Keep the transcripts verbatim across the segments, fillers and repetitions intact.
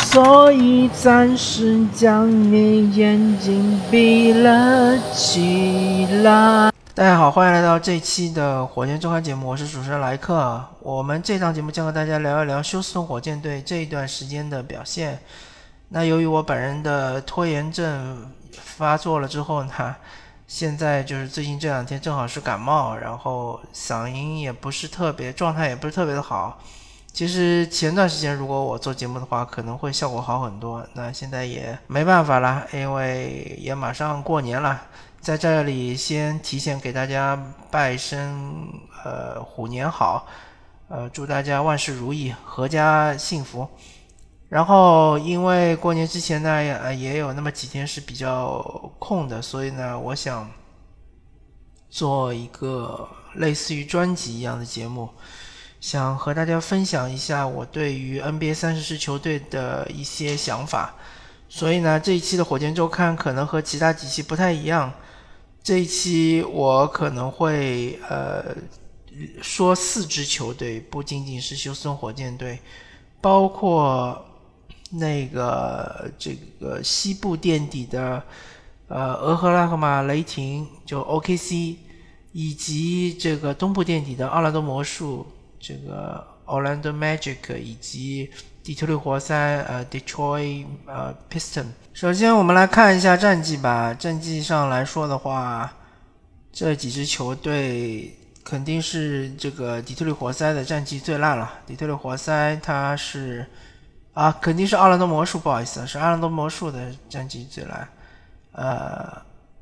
所以暂时将你眼睛闭了起来。大家好，欢迎来到这期的火箭周刊节目，我是主持人莱克。我们这档节目将和大家聊一聊休斯顿火箭队这一段时间的表现。那由于我本人的拖延症发作了之后呢，现在就是最近这两天正好是感冒，然后嗓音也不是特别，状态也不是特别的好。其实前段时间如果我做节目的话，可能会效果好很多，那现在也没办法了，因为也马上过年了。在这里先提前给大家拜声呃虎年好，呃祝大家万事如意，阖家幸福。然后因为过年之前呢也有那么几天是比较空的，所以呢我想做一个类似于专辑一样的节目，想和大家分享一下我对于 N B A 三十支球队的一些想法。所以呢这一期的火箭周刊可能和其他几期不太一样，这一期我可能会呃说四支球队，不仅仅是休斯顿火箭队，包括那个这个西部垫底的呃俄克拉荷马雷霆就 O K C， 以及这个东部垫底的奥兰多魔术这个 Orlando Magic 以及底特律活塞呃 Detroit 呃 Piston。 首先我们来看一下战绩吧。战绩上来说的话，这几支球队肯定是这个底特律活塞的战绩最烂了。底特律活塞它是啊，肯定是奥兰多魔术，不好意思，是奥兰多魔术的战绩最烂。呃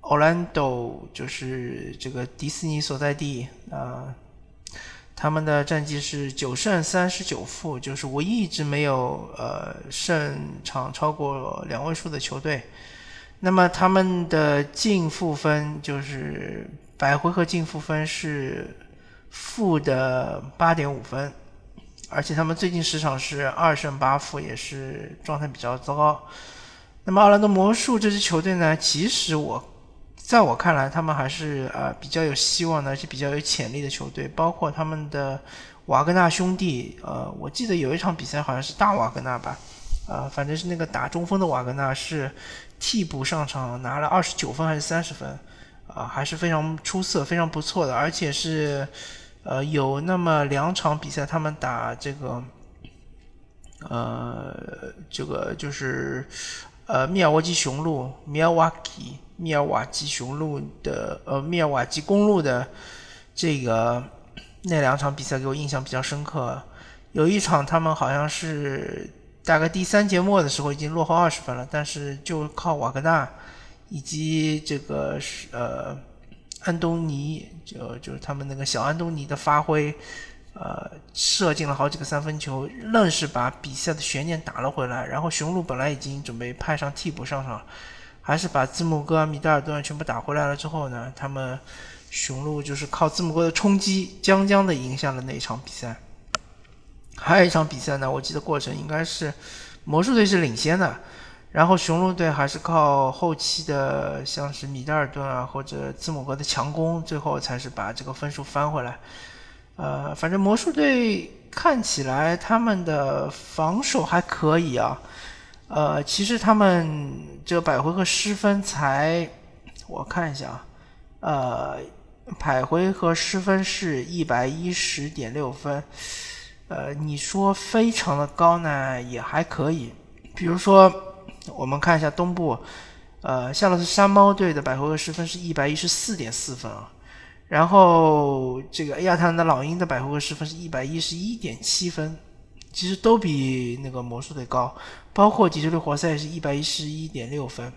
Orlando 就是这个迪士尼所在地啊，他们的战绩是九胜三十九负，就是唯一一支没有呃胜场超过两位数的球队。那么他们的净负分就是百回合净负分是负的 八点五 分，而且他们最近十场是二胜八负，也是状态比较糟糕。那么奥兰多魔术这支球队呢，其实我在我看来他们还是呃比较有希望的，而且比较有潜力的球队，包括他们的瓦格纳兄弟。呃我记得有一场比赛好像是大瓦格纳吧，呃反正是那个打中锋的瓦格纳是替补上场拿了二十九分还是三十分，啊、呃、还是非常出色非常不错的。而且是呃有那么两场比赛他们打这个呃这个就是呃密尔沃基雄鹿 Milwaukee 密尔瓦基雄鹿的呃密尔瓦基公鹿的这个那两场比赛给我印象比较深刻。有一场他们好像是大概第三节末的时候已经落后二十分了，但是就靠瓦格纳以及这个呃安东尼，就就是他们那个小安东尼的发挥，呃射进了好几个三分球，愣是把比赛的悬念打了回来。然后雄鹿本来已经准备派上替补上场，还是把字母哥、米德尔顿全部打回来了之后呢，他们雄鹿就是靠字母哥的冲击，将将的赢下了那一场比赛。还有一场比赛呢，我记得过程应该是魔术队是领先的，然后雄鹿队还是靠后期的像是米德尔顿啊或者字母哥的强攻，最后才是把这个分数翻回来。呃，反正魔术队看起来他们的防守还可以啊，呃，其实他们这百回合失分才，我看一下啊，呃，百回合失分是 一百一十点六 分。呃，你说非常的高呢，也还可以。比如说，我们看一下东部，呃，夏洛特山猫队的百回合失分是 一百一十四点四 分啊，然后这个亚特兰大老鹰的百回合失分是 一百一十一点七 分，其实都比那个魔术队高，包括底特律活塞也是 一百一十一点六 分。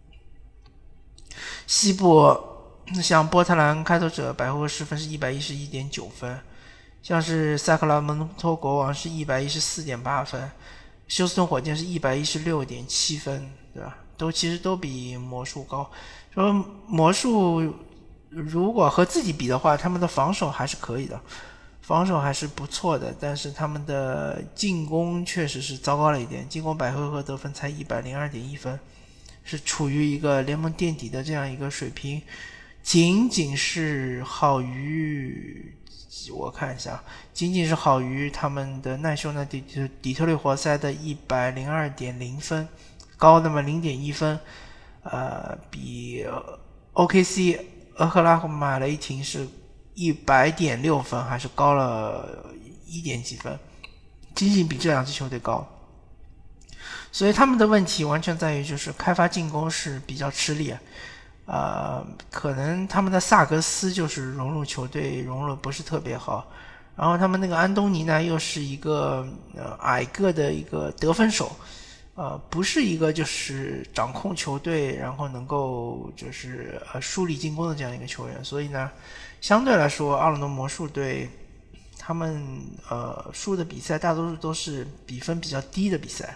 西部像波特兰开拓者百回合失分是 一百一十一点九 分，像是萨克拉门托国王是 一百一十四点八 分，休斯顿火箭是 一百一十六点七 分，对吧？都其实都比魔术高。说魔术如果和自己比的话，他们的防守还是可以的，防守还是不错的，但是他们的进攻确实是糟糕了一点，进攻百回合得分才 一百零二点一 分，是处于一个联盟垫底的这样一个水平。 仅仅是好于，我看一下，仅仅是好于他们的奈修纳底底特律活塞的 一百零二点零 分，高那么 零点一 分，呃，比 O K C 俄克拉荷马雷霆是 一百点六 分，还是高了一点几分，仅仅比这两支球队高。所以他们的问题完全在于就是开发进攻是比较吃力，呃，可能他们的萨格斯就是融入球队融入不是特别好，然后他们那个安东尼呢又是一个呃矮个的一个得分手，呃，不是一个就是掌控球队然后能够就是呃梳理进攻的这样一个球员，所以呢，相对来说奥兰多魔术队他们呃输的比赛大多数都是比分比较低的比赛。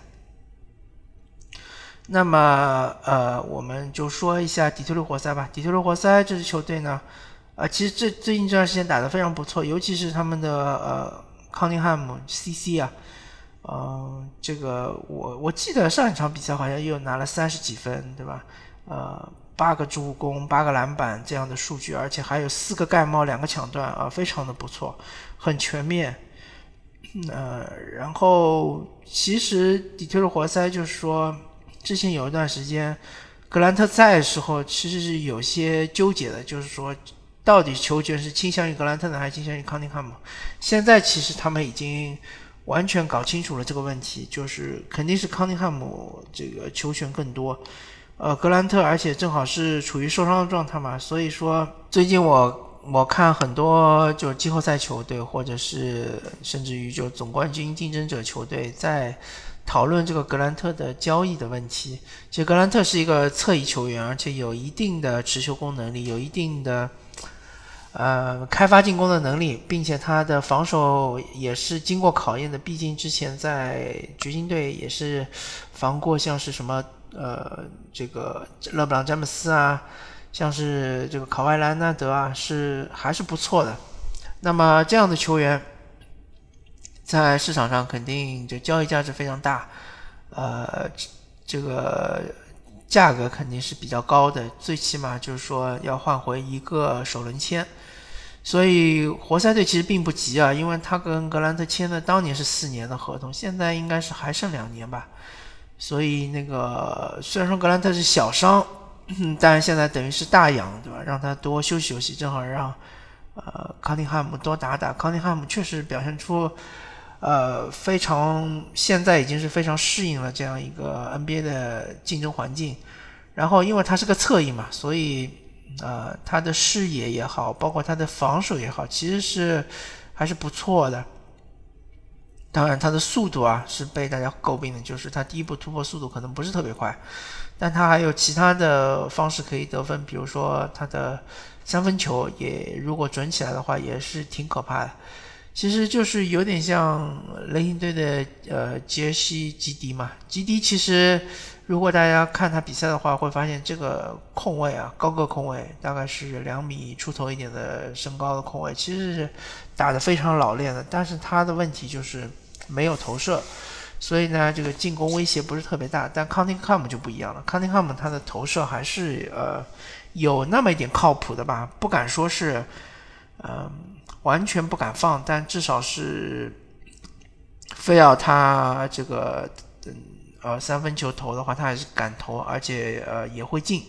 那么呃，我们就说一下底特律活塞吧。底特律活塞这支球队呢，呃，其实这最近这段时间打得非常不错，尤其是他们的呃康宁汉姆 C C 啊，呃，这个我我记得上一场比赛好像又拿了三十几分，对吧？呃，八个助攻、八个篮板这样的数据，而且还有四个盖帽、两个抢断啊、呃，非常的不错，很全面。呃，然后其实底特律活塞就是说。之前有一段时间格兰特在的时候其实是有些纠结的，就是说到底球权是倾向于格兰特呢还是倾向于康宁汉姆。现在其实他们已经完全搞清楚了这个问题，就是肯定是康宁汉姆这个球权更多，呃，格兰特而且正好是处于受伤的状态嘛，所以说最近我我看很多就季后赛球队或者是甚至于就总冠军竞争者球队在讨论这个格兰特的交易的问题。其实格兰特是一个侧翼球员，而且有一定的持球攻能力，有一定的呃开发进攻的能力，并且他的防守也是经过考验的，毕竟之前在掘金队也是防过像是什么呃这个勒布朗詹姆斯啊，像是这个考外兰纳德啊，是还是不错的。那么这样的球员在市场上肯定就交易价值非常大，呃，这个价格肯定是比较高的，最起码就是说要换回一个首轮签。所以活塞队其实并不急啊，因为他跟格兰特签的当年是四年的合同，现在应该是还剩两年吧。所以那个虽然说格兰特是小伤，但现在等于是大养，对吧？让他多休息休息，正好让呃康宁汉姆多打打。康宁汉姆确实表现出。呃，非常现在已经是非常适应了这样一个 N B A 的竞争环境，然后因为他是个侧翼嘛，所以呃他的视野也好，包括他的防守也好，其实是还是不错的。当然他的速度啊是被大家诟病的，就是他第一步突破速度可能不是特别快，但他还有其他的方式可以得分，比如说他的三分球也如果准起来的话也是挺可怕的。其实就是有点像雷霆队的呃杰西吉迪嘛，吉迪其实如果大家看他比赛的话，会发现这个控卫啊，高个控卫，大概是两米出头一点的身高的控卫，其实是打得非常老练的，但是他的问题就是没有投射，所以呢，这个进攻威胁不是特别大。但康宁汉姆就不一样了，康宁汉姆他的投射还是呃有那么一点靠谱的吧，不敢说是嗯。呃完全不敢放，但至少是非要他这个呃三分球投的话，他还是敢投，而且呃也会进。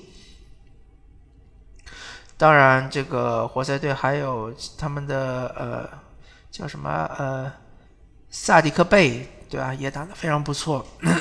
当然，这个活塞队还有他们的呃叫什么呃萨迪克贝，对吧？也打得非常不错。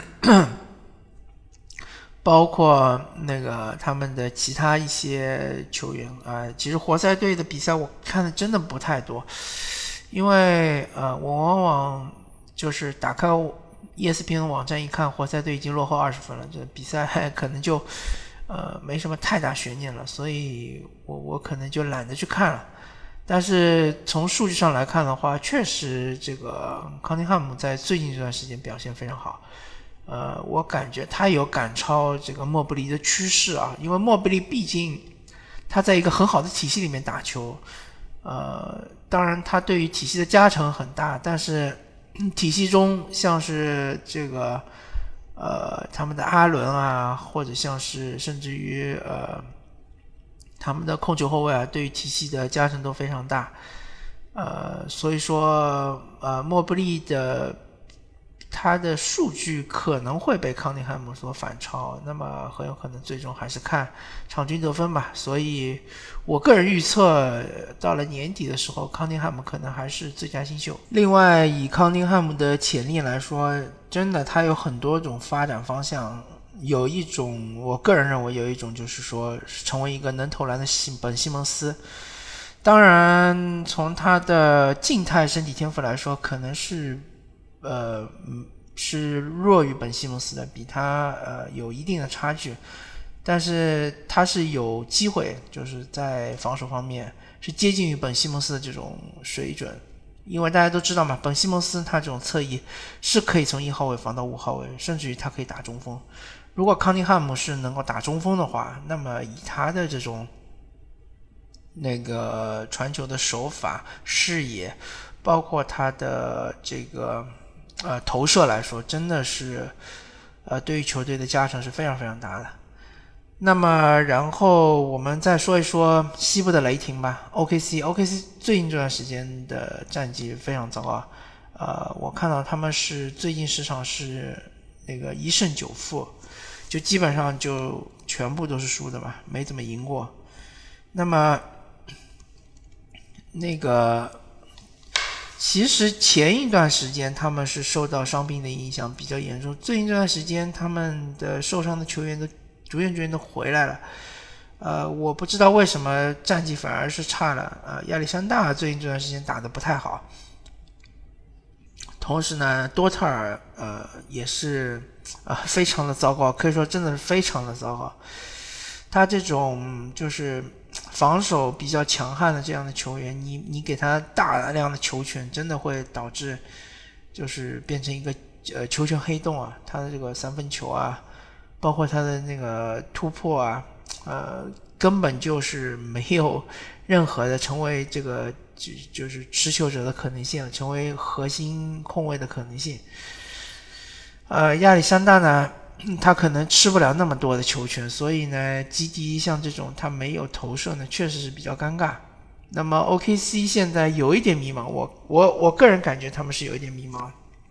包括那个他们的其他一些球员啊、呃，其实活塞队的比赛我看的真的不太多，因为呃，我往往就是打开 E S P N 的网站一看，活塞队已经落后二十分了，这比赛可能就呃没什么太大悬念了，所以我我可能就懒得去看了。但是从数据上来看的话，确实这个康宁汉姆在最近这段时间表现非常好。呃，我感觉他有赶超这个莫布里的趋势啊，因为莫布里毕竟他在一个很好的体系里面打球，呃，当然他对于体系的加成很大，但是、嗯、体系中像是这个呃他们的阿伦啊，或者像是甚至于呃他们的控球后卫啊，对于体系的加成都非常大。呃，所以说，呃，莫布利的他的数据可能会被康宁汉姆所反超，那么很有可能最终还是看场均得分吧。所以我个人预测，到了年底的时候，康宁汉姆可能还是最佳新秀。另外，以康宁汉姆的潜力来说，真的他有很多种发展方向。有一种，我个人认为有一种就是说，成为一个能投篮的本西蒙斯。当然，从他的静态身体天赋来说，可能是，呃，是弱于本西蒙斯的，比他呃有一定的差距。但是他是有机会，就是在防守方面是接近于本西蒙斯的这种水准。因为大家都知道嘛，本西蒙斯他这种侧翼是可以从一号位防到五号位，甚至于他可以打中锋。如果康宁汉姆是能够打中锋的话，那么以他的这种那个传球的手法、视野，包括他的这个呃投射来说，真的是呃对于球队的加成是非常非常大的。那么然后我们再说一说西部的雷霆吧。 O K C O K C 最近这段时间的战绩非常糟糕，呃我看到他们是最近十场是那个一胜九负，就基本上就全部都是输的嘛，没怎么赢过。那么那个其实前一段时间他们是受到伤病的影响比较严重，最近这段时间他们的受伤的球员都逐渐逐渐都回来了。呃，我不知道为什么战绩反而是差了。呃，亚历山大最近这段时间打得不太好，同时呢，多特尔呃也是呃非常的糟糕，可以说真的是非常的糟糕。他这种就是防守比较强悍的这样的球员，你你给他大量的球权，真的会导致就是变成一个呃球权黑洞啊。他的这个三分球啊，包括他的那个突破啊，呃，根本就是没有任何的成为这个就就是持球者的可能性，成为核心控卫的可能性。呃，亚历山大呢，他可能吃不了那么多的球权，所以呢，基迪像这种他没有投射呢，确实是比较尴尬。那么 O K C 现在有一点迷茫，我我我个人感觉他们是有一点迷茫。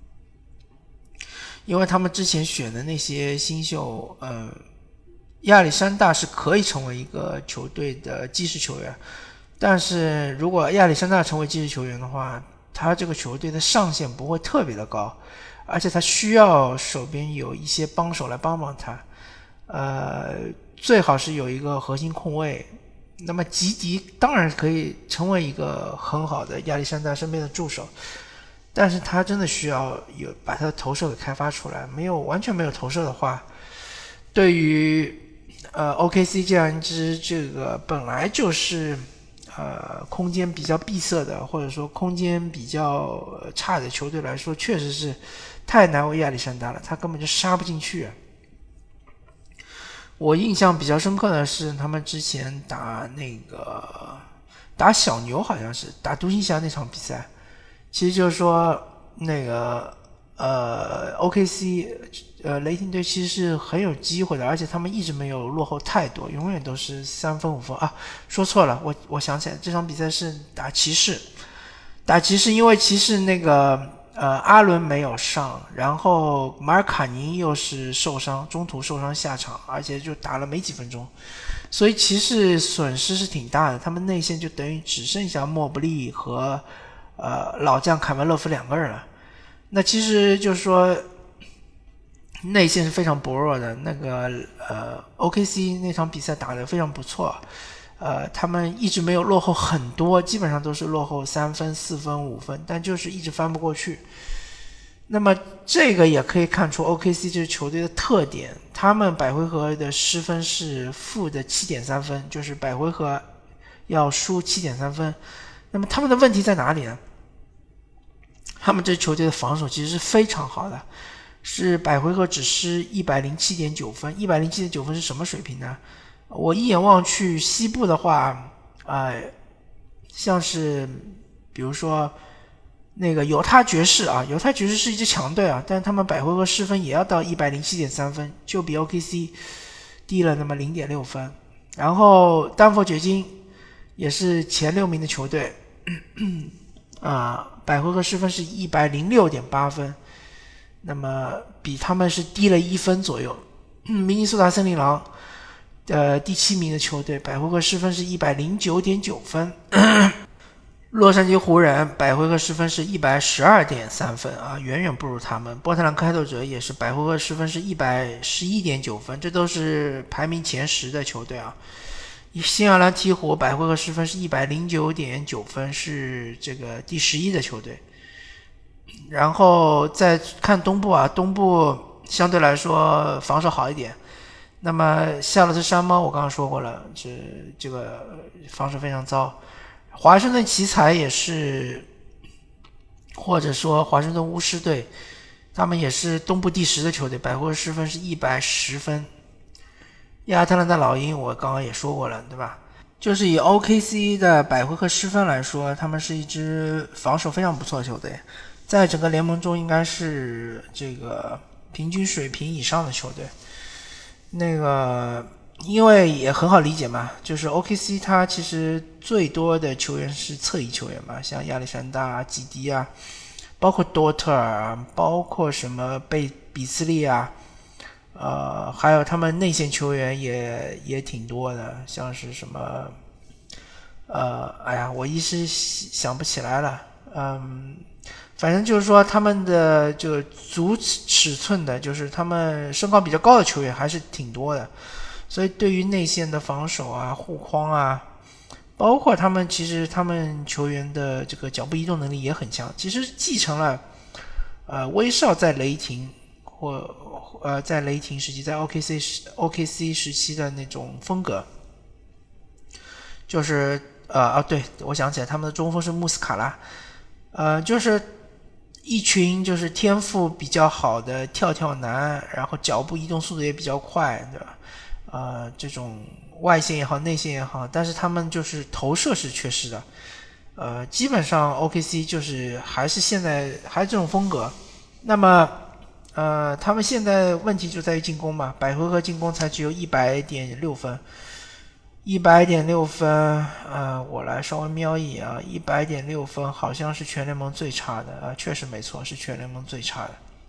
因为他们之前选的那些新秀，呃，亚历山大是可以成为一个球队的基石球员，但是如果亚历山大成为基石球员的话，他这个球队的上限不会特别的高，而且他需要手边有一些帮手来帮帮他，呃，最好是有一个核心控卫。那么吉迪当然可以成为一个很好的亚历山大身边的助手，但是他真的需要有把他的投射给开发出来，没有完全没有投射的话，对于呃 O K C 这样一支这个本来就是呃空间比较闭塞的，或者说空间比较差的球队来说，确实是太难为亚历山大了，他根本就杀不进去。我印象比较深刻的是他们之前打那个打小牛，好像是打独行侠那场比赛，其实就是说那个呃 O K C 呃雷霆队其实是很有机会的，而且他们一直没有落后太多，永远都是三分五分啊。说错了，我我想起来这场比赛是打骑士，打骑士因为骑士那个呃阿伦没有上，然后马尔卡宁又是受伤，中途受伤下场，而且就打了没几分钟，所以骑士损失是挺大的，他们内线就等于只剩下莫布利和呃，老将凯文勒夫两个人了。那其实就是说，内线是非常薄弱的。那个呃 ，O K C 那场比赛打得非常不错，呃，他们一直没有落后很多，基本上都是落后三分、四分、五分，但就是一直翻不过去。那么这个也可以看出 O K C 这支球队的特点，他们百回合的失分是负的 七点三 分，就是百回合要输 七点三 分。那么他们的问题在哪里呢？他们这球队的防守其实是非常好的，是百回合只失 一百零七点九 分。一百零七点九 分是什么水平呢？我一眼望去，西部的话，呃，像是比如说那个犹他爵士啊，犹他爵士是一支强队啊，但是他们百回合失分也要到 一百零七点三 分，就比 O K C 低了那么 零点六 分。 然后丹佛掘金也是前六名的球队啊，百回合失分是 一百零六点八 分，那么比他们是低了一分左右。明尼苏达森林狼呃第七名的球队，百回合失分是 一百零九点九 分。洛杉矶湖人百回合失分是 一百一十二点三 分啊，远远不如他们。波特兰开拓者也是百回合失分是 一百一十一点九 分，这都是排名前十的球队啊。新奥兰鹈鹕百回合失分是 一百零九点九 分，是这个第十一的球队。然后再看东部啊，东部相对来说防守好一点。那么夏洛特山猫我刚刚说过了，这这个防守非常糟。华盛顿奇才也是，或者说华盛顿巫师队，他们也是东部第十的球队，百回合失分是一百十分。亚特兰大老鹰我刚刚也说过了，对吧？就是以 O K C 的百回合失分来说，他们是一支防守非常不错的球队，在整个联盟中应该是这个平均水平以上的球队。那个因为也很好理解嘛，就是 O K C 它其实最多的球员是侧翼球员嘛，像亚历山大啊、基迪啊，包括多特尔啊，包括什么贝比斯利啊，呃，还有他们内线球员也也挺多的，像是什么，呃，哎呀，我一时想不起来了，嗯，反正就是说他们的这个足尺寸的，就是他们身高比较高的球员还是挺多的。所以对于内线的防守啊、护框啊，包括他们其实他们球员的这个脚步移动能力也很强，其实继承了呃威少在雷霆或呃在雷霆时期，在 O K C O K C 时期的那种风格，就是呃啊对，我想起来他们的中锋是穆斯卡拉，呃就是一群就是天赋比较好的跳跳男，然后脚步移动速度也比较快，对吧？呃，这种外线也好，内线也好，但是他们就是投射是缺失的。呃，基本上 O K C 就是还是现在还是这种风格。那么，呃，他们现在问题就在于进攻嘛，百回合进攻才只有 一百点六 分。一百点六 分，呃，我来稍微瞄一眼啊 ,一百点六 分好像是全联盟最差的啊、呃，确实没错，是全联盟最差的。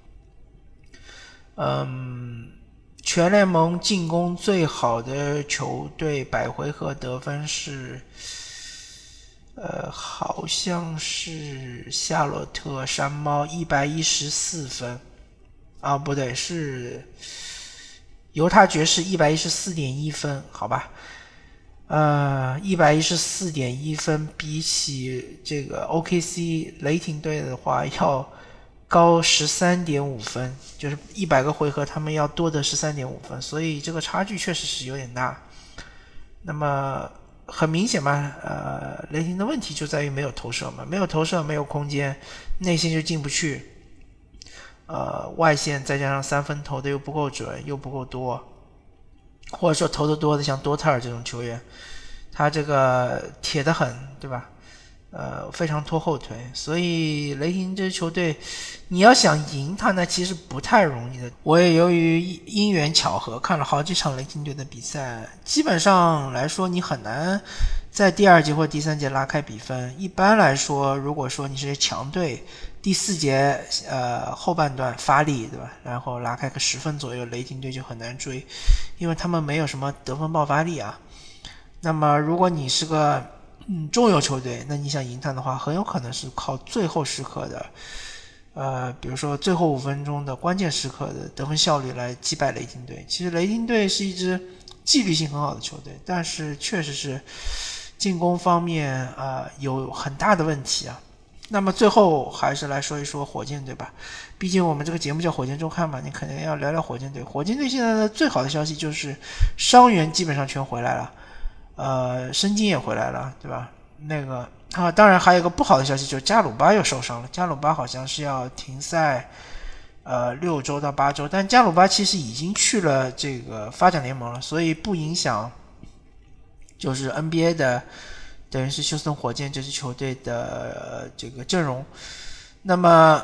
嗯。全联盟进攻最好的球队百回合得分是呃，好像是夏洛特山猫一百一十四分啊，不对，是犹他爵士一百一十四点一 分，好吧。呃 一百一十四点一 分比起这个 O K C 雷霆队的话要高 十三点五 分，就是一百个回合他们要多得 十三点五 分，所以这个差距确实是有点大。那么很明显嘛，呃，雷霆的问题就在于没有投射嘛，没有投射，没有空间，内线就进不去，呃，外线再加上三分投的又不够准，又不够多，或者说投的多的像多特尔这种球员，他这个铁得很，对吧？呃，非常拖后腿，所以雷霆这支球队，你要想赢他呢，其实不太容易的。我也由于因缘巧合看了好几场雷霆队的比赛，基本上来说你很难在第二节或第三节拉开比分。一般来说，如果说你是强队，第四节呃后半段发力，对吧？然后拉开个十分左右，雷霆队就很难追，因为他们没有什么得分爆发力啊。那么如果你是个嗯，中游球队，那你想赢他的话，很有可能是靠最后时刻的，呃，比如说最后五分钟的关键时刻的得分效率来击败雷霆队。其实雷霆队是一支纪律性很好的球队，但是确实是进攻方面啊、呃、有很大的问题啊。那么最后还是来说一说火箭队吧，毕竟我们这个节目叫火箭周刊嘛，你肯定要聊聊火箭队。火箭队现在的最好的消息就是伤员基本上全回来了。呃，申京也回来了，对吧？那个啊，当然还有一个不好的消息，就是加鲁巴又受伤了。加鲁巴好像是要停赛，呃，六周到八周。但加鲁巴其实已经去了这个发展联盟了，所以不影响，就是 N B A 的，等于是休斯顿火箭这支球队的、呃、这个阵容。那么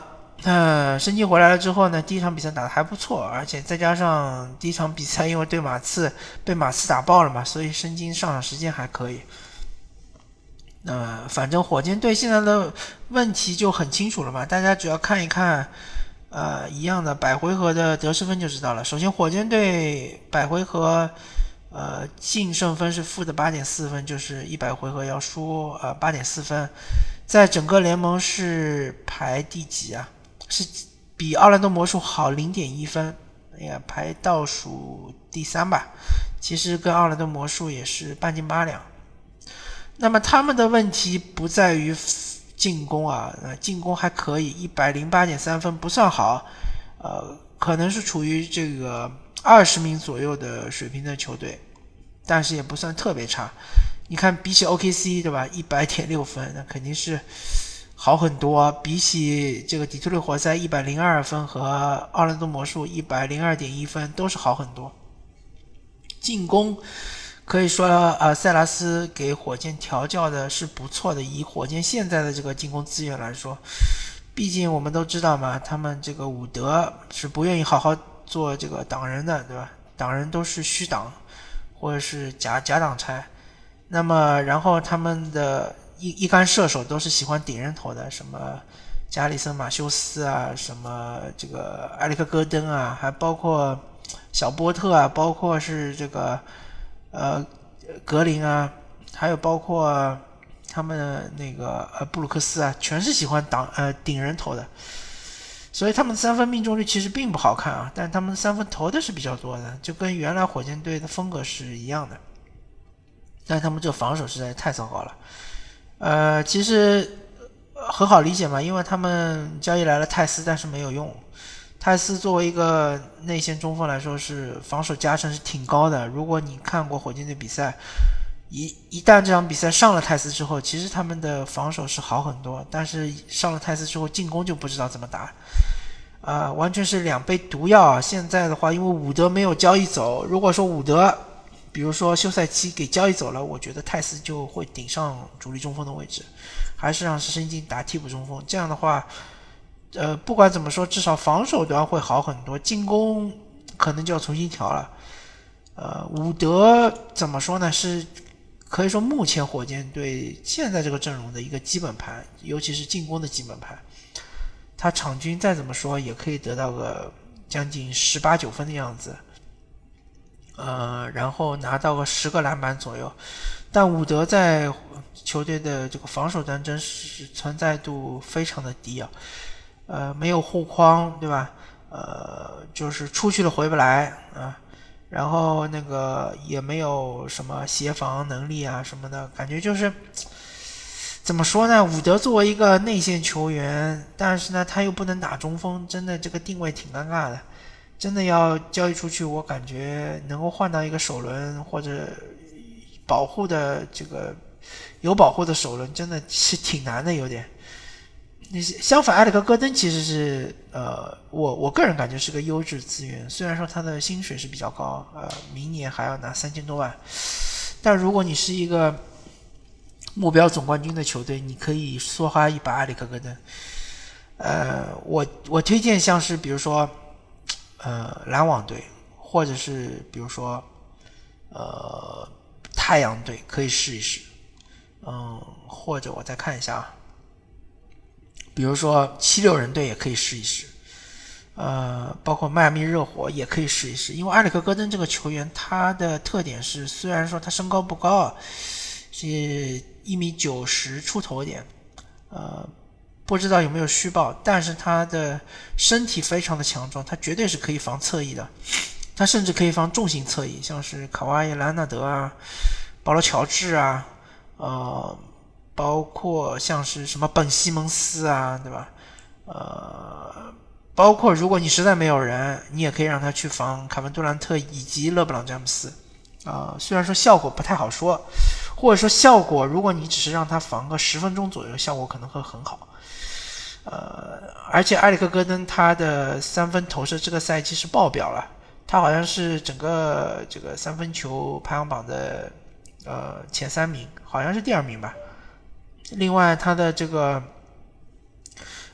呃，申京回来了之后呢，第一场比赛打得还不错，而且再加上第一场比赛因为对马刺被马刺打爆了嘛，所以申京上场时间还可以。呃，反正火箭队现在的问题就很清楚了嘛，大家只要看一看，呃，一样的百回合的得失分就知道了。首先，火箭队百回合，呃，净胜分是负的八点四分，就是一百回合要输呃八点四分，在整个联盟是排第几啊？是比奥兰多魔术好零点一分，哎呀，排倒数第三吧。其实跟奥兰多魔术也是半斤八两。那么他们的问题不在于进攻啊，呃，进攻还可以，一百零八点三分不算好，呃，可能是处于这个二十名左右的水平的球队，但是也不算特别差。你看，比起 O K C 对吧，一百点六分，那肯定是好很多。比起这个底特律活塞一百零二分和奥兰多魔术一百零二点一分，都是好很多。进攻可以说，呃，塞拉斯给火箭调教的是不错的。以火箭现在的这个进攻资源来说，毕竟我们都知道嘛，他们这个伍德是不愿意好好做这个挡人的，对吧？挡人都是虚挡或者是假假挡拆。那么，然后他们的一一杆射手都是喜欢顶人头的，什么加里森马修斯啊，什么这个埃里克戈登啊，还包括小波特啊，包括是这个。呃，格林啊，还有包括他们那个呃布鲁克斯啊，全是喜欢挡呃顶人头的，所以他们三分命中率其实并不好看啊，但他们三分投的是比较多的，就跟原来火箭队的风格是一样的，但他们这个防守实在太糟糕了。呃，其实很好理解嘛，因为他们交易来了泰斯，但是没有用。泰斯作为一个内线中锋来说，是防守加成是挺高的。如果你看过火箭队比赛，一一旦这场比赛上了泰斯之后，其实他们的防守是好很多，但是上了泰斯之后，进攻就不知道怎么打，啊、呃，完全是两杯毒药啊！现在的话，因为伍德没有交易走，如果说伍德，比如说休赛期给交易走了，我觉得泰斯就会顶上主力中锋的位置，还是让申京打替补中锋，这样的话。呃，不管怎么说，至少防守端会好很多，进攻可能就要重新调了。呃，伍德怎么说呢？是可以说目前火箭队现在这个阵容的一个基本盘，尤其是进攻的基本盘。他场均再怎么说也可以得到个将近十八九分的样子，呃，然后拿到个十个篮板左右。但伍德在球队的这个防守端真是存在度非常的低啊。呃，没有护框，对吧？呃，就是出去了回不来啊，然后那个也没有什么协防能力啊什么的，感觉就是怎么说呢？伍德作为一个内线球员，但是呢他又不能打中锋，真的这个定位挺尴尬的。真的要交易出去，我感觉能够换到一个首轮或者保护的这个有保护的首轮，真的是挺难的，有点。相反，埃里克戈登其实是呃，我我个人感觉是个优质资源。虽然说他的薪水是比较高，呃，明年还要拿三千多万，但如果你是一个目标总冠军的球队，你可以梭哈一把埃里克戈登。呃，我我推荐像是比如说呃篮网队，或者是比如说呃太阳队，可以试一试。嗯，或者我再看一下啊。比如说七六人队也可以试一试，呃，包括迈阿密热火也可以试一试，因为埃里克戈登这个球员他的特点是，虽然说他身高不高，是一米九十出头一点，呃，不知道有没有虚报，但是他的身体非常的强壮，他绝对是可以防侧翼的，他甚至可以防重型侧翼，像是卡哇伊·兰纳德啊、保罗·乔治啊，呃。包括像是什么本西蒙斯啊，对吧？呃，包括如果你实在没有人，你也可以让他去防凯文杜兰特以及勒布朗詹姆斯。啊、呃，虽然说效果不太好说，或者说效果，如果你只是让他防个十分钟左右，效果可能会很好。呃，而且埃里克戈登他的三分投射这个赛季是爆表了，他好像是整个这个三分球排行榜的呃前三名，好像是第二名吧。另外他的这个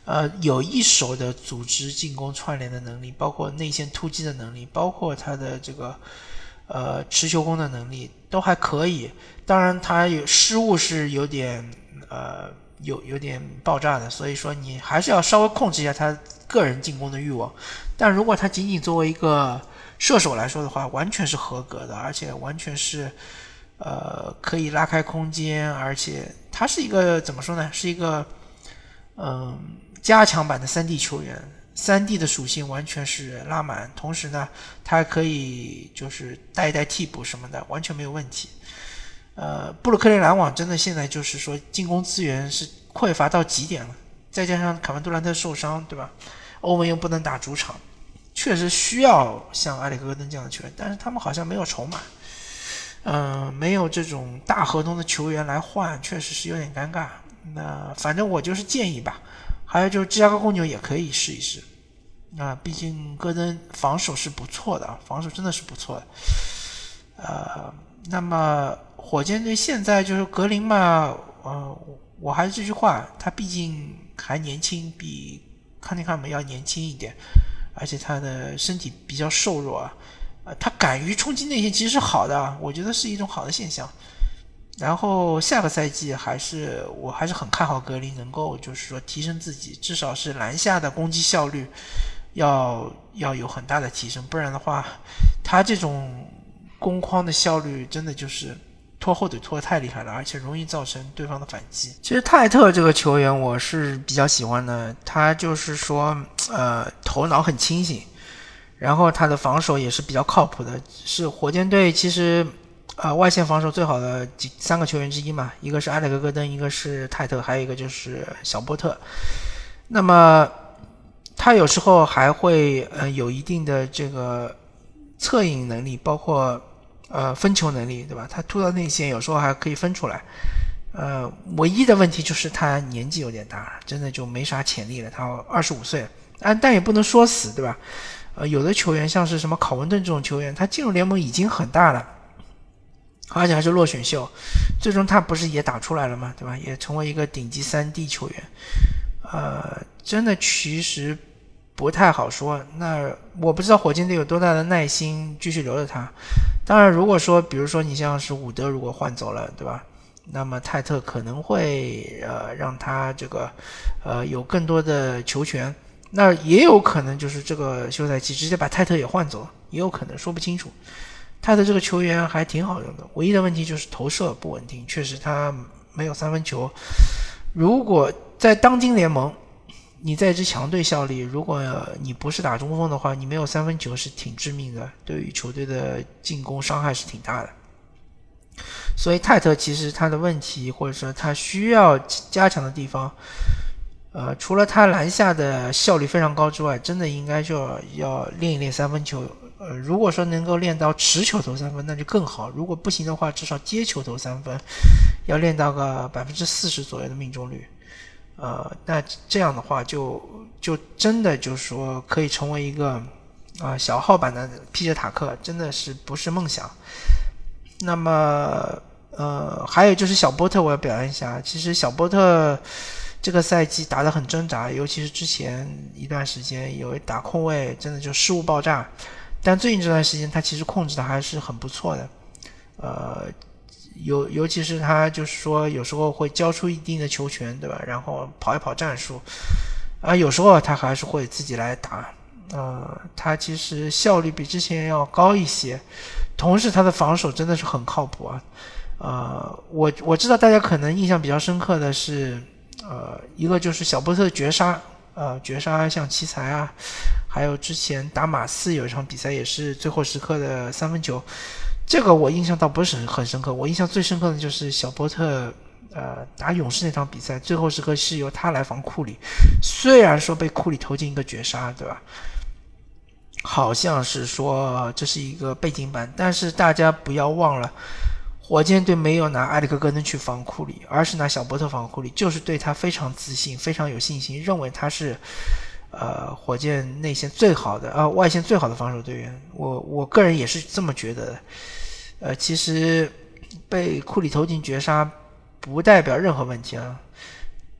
呃，有一手的组织进攻串联的能力，包括内线突击的能力，包括他的这个呃持球攻的能力都还可以。当然他有失误是有点呃有有点爆炸的，所以说你还是要稍微控制一下他个人进攻的欲望。但如果他仅仅作为一个射手来说的话，完全是合格的，而且完全是呃可以拉开空间，而且他是一个怎么说呢，是一个嗯加强版的 三 D 球员， 三 D 的属性完全是拉满，同时呢他还可以就是带一带替补什么的，完全没有问题。呃，布鲁克林篮网真的现在就是说进攻资源是匮乏到极点了，再加上凯文杜兰特受伤，对吧？欧文又不能打主场，确实需要像埃里克戈登这样的球员，但是他们好像没有筹码，嗯、呃，没有这种大合同的球员来换，确实是有点尴尬。那反正我就是建议吧，还有就是芝加哥公牛也可以试一试。那毕竟戈登防守是不错的，防守真的是不错的。呃，那么火箭队现在就是格林嘛，呃，我还是这句话，他毕竟还年轻，比康尼汉姆要年轻一点，而且他的身体比较瘦弱啊，呃，他敢于冲击内线其实是好的，我觉得是一种好的现象。然后下个赛季还是我还是很看好格林能够就是说提升自己，至少是篮下的攻击效率要要有很大的提升，不然的话他这种攻框的效率真的就是拖后腿拖得太厉害了，而且容易造成对方的反击。其实泰特这个球员我是比较喜欢的，他就是说呃头脑很清醒，然后他的防守也是比较靠谱的，是火箭队其实呃外线防守最好的几三个球员之一嘛，一个是埃里克戈登，一个是泰特，还有一个就是小波特。那么他有时候还会呃有一定的这个策应能力，包括呃分球能力，对吧？他突到内线有时候还可以分出来。呃，唯一的问题就是他年纪有点大，真的就没啥潜力了。他二十五岁，但但也不能说死，对吧？呃，有的球员像是什么考文顿这种球员，他进入联盟已经很大了，而且还是落选秀，最终他不是也打出来了吗？对吧？也成为一个顶级 三 D 球员。呃，真的其实不太好说。那我不知道火箭队有多大的耐心继续留着他。当然，如果说比如说你像是伍德如果换走了，对吧？那么泰特可能会呃让他这个呃有更多的球权。那也有可能就是这个休赛期直接把泰特也换走，也有可能，说不清楚。泰特这个球员还挺好用的，唯一的问题就是投射不稳定，确实他没有三分球。如果在当今联盟你在一支强队效力，如果你不是打中锋的话，你没有三分球是挺致命的，对于球队的进攻伤害是挺大的。所以泰特其实他的问题或者说他需要加强的地方，呃，除了他篮下的效率非常高之外，真的应该就要要练一练三分球。呃，如果说能够练到持球投三分，那就更好。如果不行的话，至少接球投三分，要练到个百分之四十左右的命中率。呃，那这样的话就就真的就是说可以成为一个啊、呃、小号版的皮特塔克，真的是不是梦想。那么呃还有就是小波特，我要表扬一下，其实小波特这个赛季打得很挣扎，尤其是之前一段时间有一打空位真的就失误爆炸，但最近这段时间他其实控制的还是很不错的。呃尤尤其是他就是说有时候会交出一定的球权，对吧？然后跑一跑战术啊，有时候他还是会自己来打。呃，他其实效率比之前要高一些，同时他的防守真的是很靠谱啊。呃，我我知道大家可能印象比较深刻的是，呃，一个就是小波特绝杀，呃，绝杀像奇才啊，还有之前打马刺有一场比赛也是最后时刻的三分球。这个我印象倒不是很深刻，我印象最深刻的就是小波特呃打勇士那场比赛，最后时刻是由他来防库里，虽然说被库里投进一个绝杀，对吧？好像是说这是一个背景板，但是大家不要忘了，火箭队没有拿埃里克戈登去防库里，而是拿小波特防库里，就是对他非常自信，非常有信心，认为他是呃火箭内线最好的啊、呃、外线最好的防守队员。我我个人也是这么觉得的。呃，其实被库里投进绝杀不代表任何问题啊。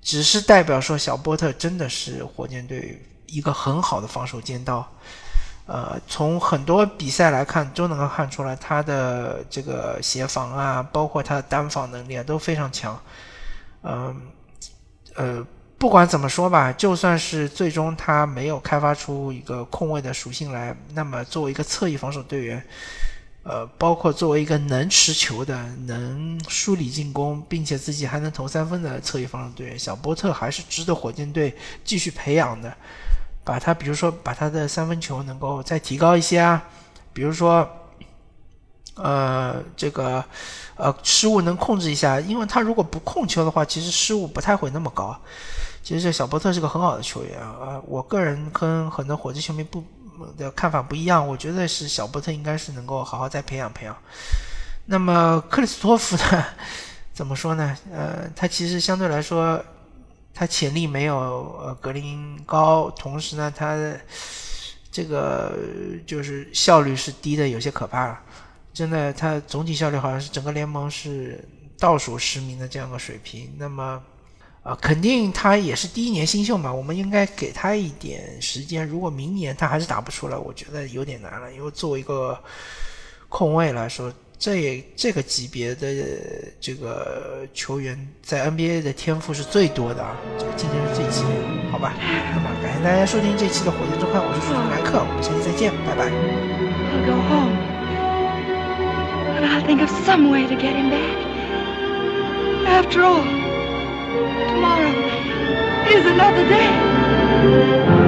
只是代表说小波特真的是火箭队一个很好的防守尖刀。呃，从很多比赛来看都能够看出来他的这个协防啊，包括他的单防能力啊都非常强。嗯、呃，呃，不管怎么说吧，就算是最终他没有开发出一个控卫的属性来，那么作为一个侧翼防守队员，呃，包括作为一个能持球的、能梳理进攻，并且自己还能投三分的侧翼防守队员，小波特还是值得火箭队继续培养的。把他比如说把他的三分球能够再提高一些啊，比如说呃这个呃失误能控制一下，因为他如果不控球的话，其实失误不太会那么高。其实这小波特是个很好的球员啊，呃，我个人跟很多火箭球迷不的看法不一样，我觉得是小波特应该是能够好好再培养培养。那么克里斯托弗呢，怎么说呢？呃，他其实相对来说。他潜力没有呃格林高，同时呢，他这个就是效率是低的，有些可怕。真的，他总体效率好像是整个联盟是倒数十名的这样的水平。那么，啊、呃，肯定他也是第一年新秀嘛，我们应该给他一点时间。如果明年他还是打不出来，我觉得有点难了，因为作为一个控卫来说。这也这个级别的这个球员在 N B A 的天赋是最多的啊，这个竞争是最激烈的，好吧？那么感谢大家收听这期的火箭周刊，我是主持人莱克，我们下期再见，拜拜。 I'll go home, and I'll think of some way to get him back. After all, tomorrow is another day.